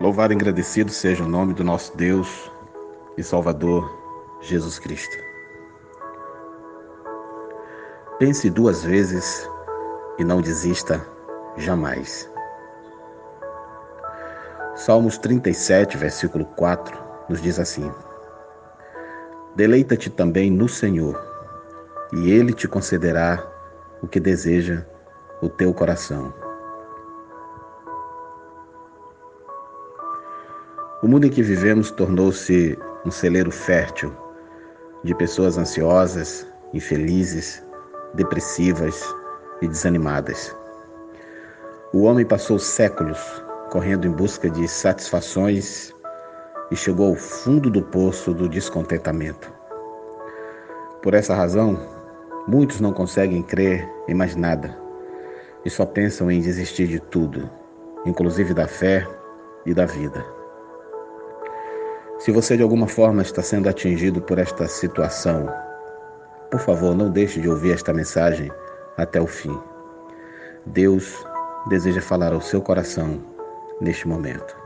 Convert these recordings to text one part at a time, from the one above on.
Louvado e agradecido seja o nome do nosso Deus e Salvador, Jesus Cristo. Pense duas vezes e não desista jamais. Salmos 37, versículo 4, nos diz assim: Deleita-te também no Senhor, e Ele te concederá o que deseja o teu coração. O mundo em que vivemos tornou-se um celeiro fértil de pessoas ansiosas, infelizes, depressivas e desanimadas. O homem passou séculos correndo em busca de satisfações e chegou ao fundo do poço do descontentamento. Por essa razão, muitos não conseguem crer em mais nada e só pensam em desistir de tudo, inclusive da fé e da vida. Se você de alguma forma está sendo atingido por esta situação, por favor, não deixe de ouvir esta mensagem até o fim. Deus deseja falar ao seu coração neste momento.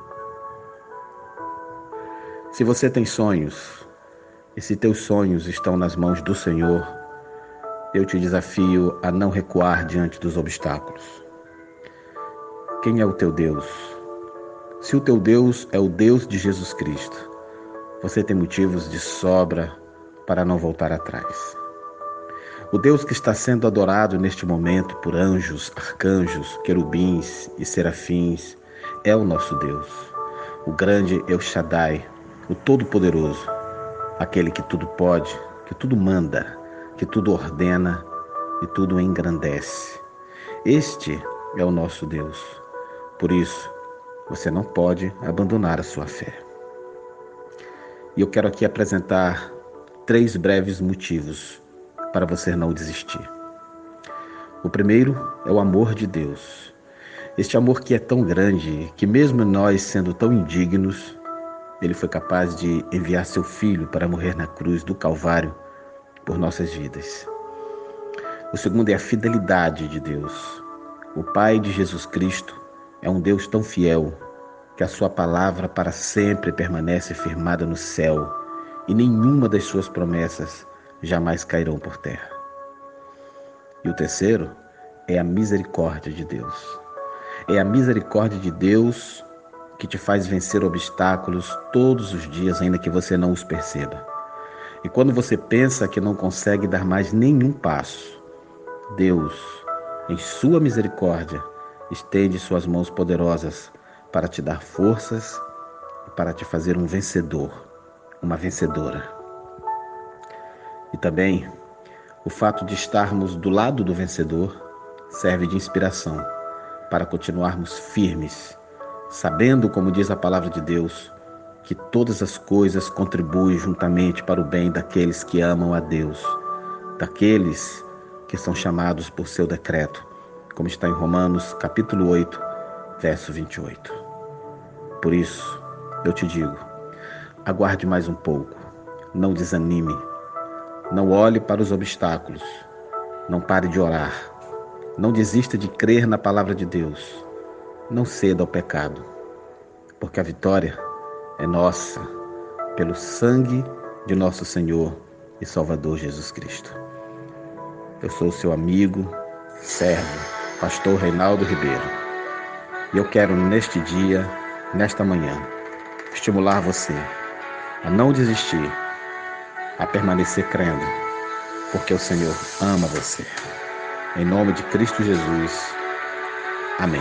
Se você tem sonhos, e se teus sonhos estão nas mãos do Senhor, eu te desafio a não recuar diante dos obstáculos. Quem é o teu Deus? Se o teu Deus é o Deus de Jesus Cristo, você tem motivos de sobra para não voltar atrás. O Deus que está sendo adorado neste momento por anjos, arcanjos, querubins e serafins é o nosso Deus, o grande El Shaddai, o Todo-Poderoso, aquele que tudo pode, que tudo manda, que tudo ordena e tudo engrandece. Este é o nosso Deus. Por isso, você não pode abandonar a sua fé. E eu quero aqui apresentar 3 breves motivos para você não desistir. O primeiro é o amor de Deus. Este amor que é tão grande que mesmo nós sendo tão indignos, Ele foi capaz de enviar seu Filho para morrer na cruz do Calvário por nossas vidas. O segundo é a fidelidade de Deus. O Pai de Jesus Cristo é um Deus tão fiel que a sua palavra para sempre permanece firmada no céu e nenhuma das suas promessas jamais cairão por terra. E o terceiro é a misericórdia de Deus. É a misericórdia de Deus que te faz vencer obstáculos todos os dias, ainda que você não os perceba. E quando você pensa que não consegue dar mais nenhum passo, Deus, em sua misericórdia, estende suas mãos poderosas para te dar forças e para te fazer um vencedor, uma vencedora. E também, o fato de estarmos do lado do vencedor serve de inspiração para continuarmos firmes, sabendo, como diz a palavra de Deus, que todas as coisas contribuem juntamente para o bem daqueles que amam a Deus, daqueles que são chamados por seu decreto, como está em Romanos capítulo 8, verso 28. Por isso, eu te digo, aguarde mais um pouco, não desanime, não olhe para os obstáculos, não pare de orar, não desista de crer na palavra de Deus, não ceda ao pecado, porque a vitória é nossa, pelo sangue de nosso Senhor e Salvador Jesus Cristo. Eu sou seu amigo, servo, pastor Reinaldo Ribeiro. E eu quero neste dia, nesta manhã, estimular você a não desistir, a permanecer crendo, porque o Senhor ama você. Em nome de Cristo Jesus. Amém.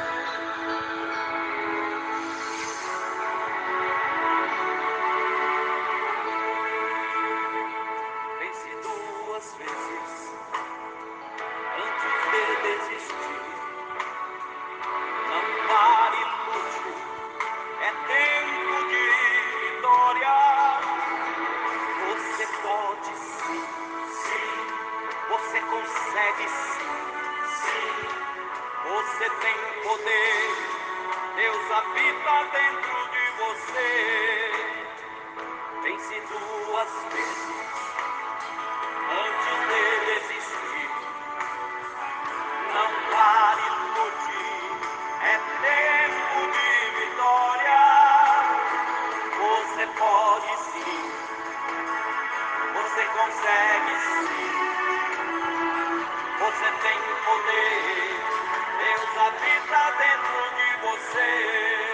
Pense duas vezes antes de desistir. Não pare, lute, é tempo de vitória. Você pode sim, sim, você consegue sim, sim. Você tem poder, Deus habita dentro de você. Pense duas vezes antes de desistir. Não pare, lute, é tempo de vitória. pode sim, você consegue sim, você tem poder, Deus habita dentro de você.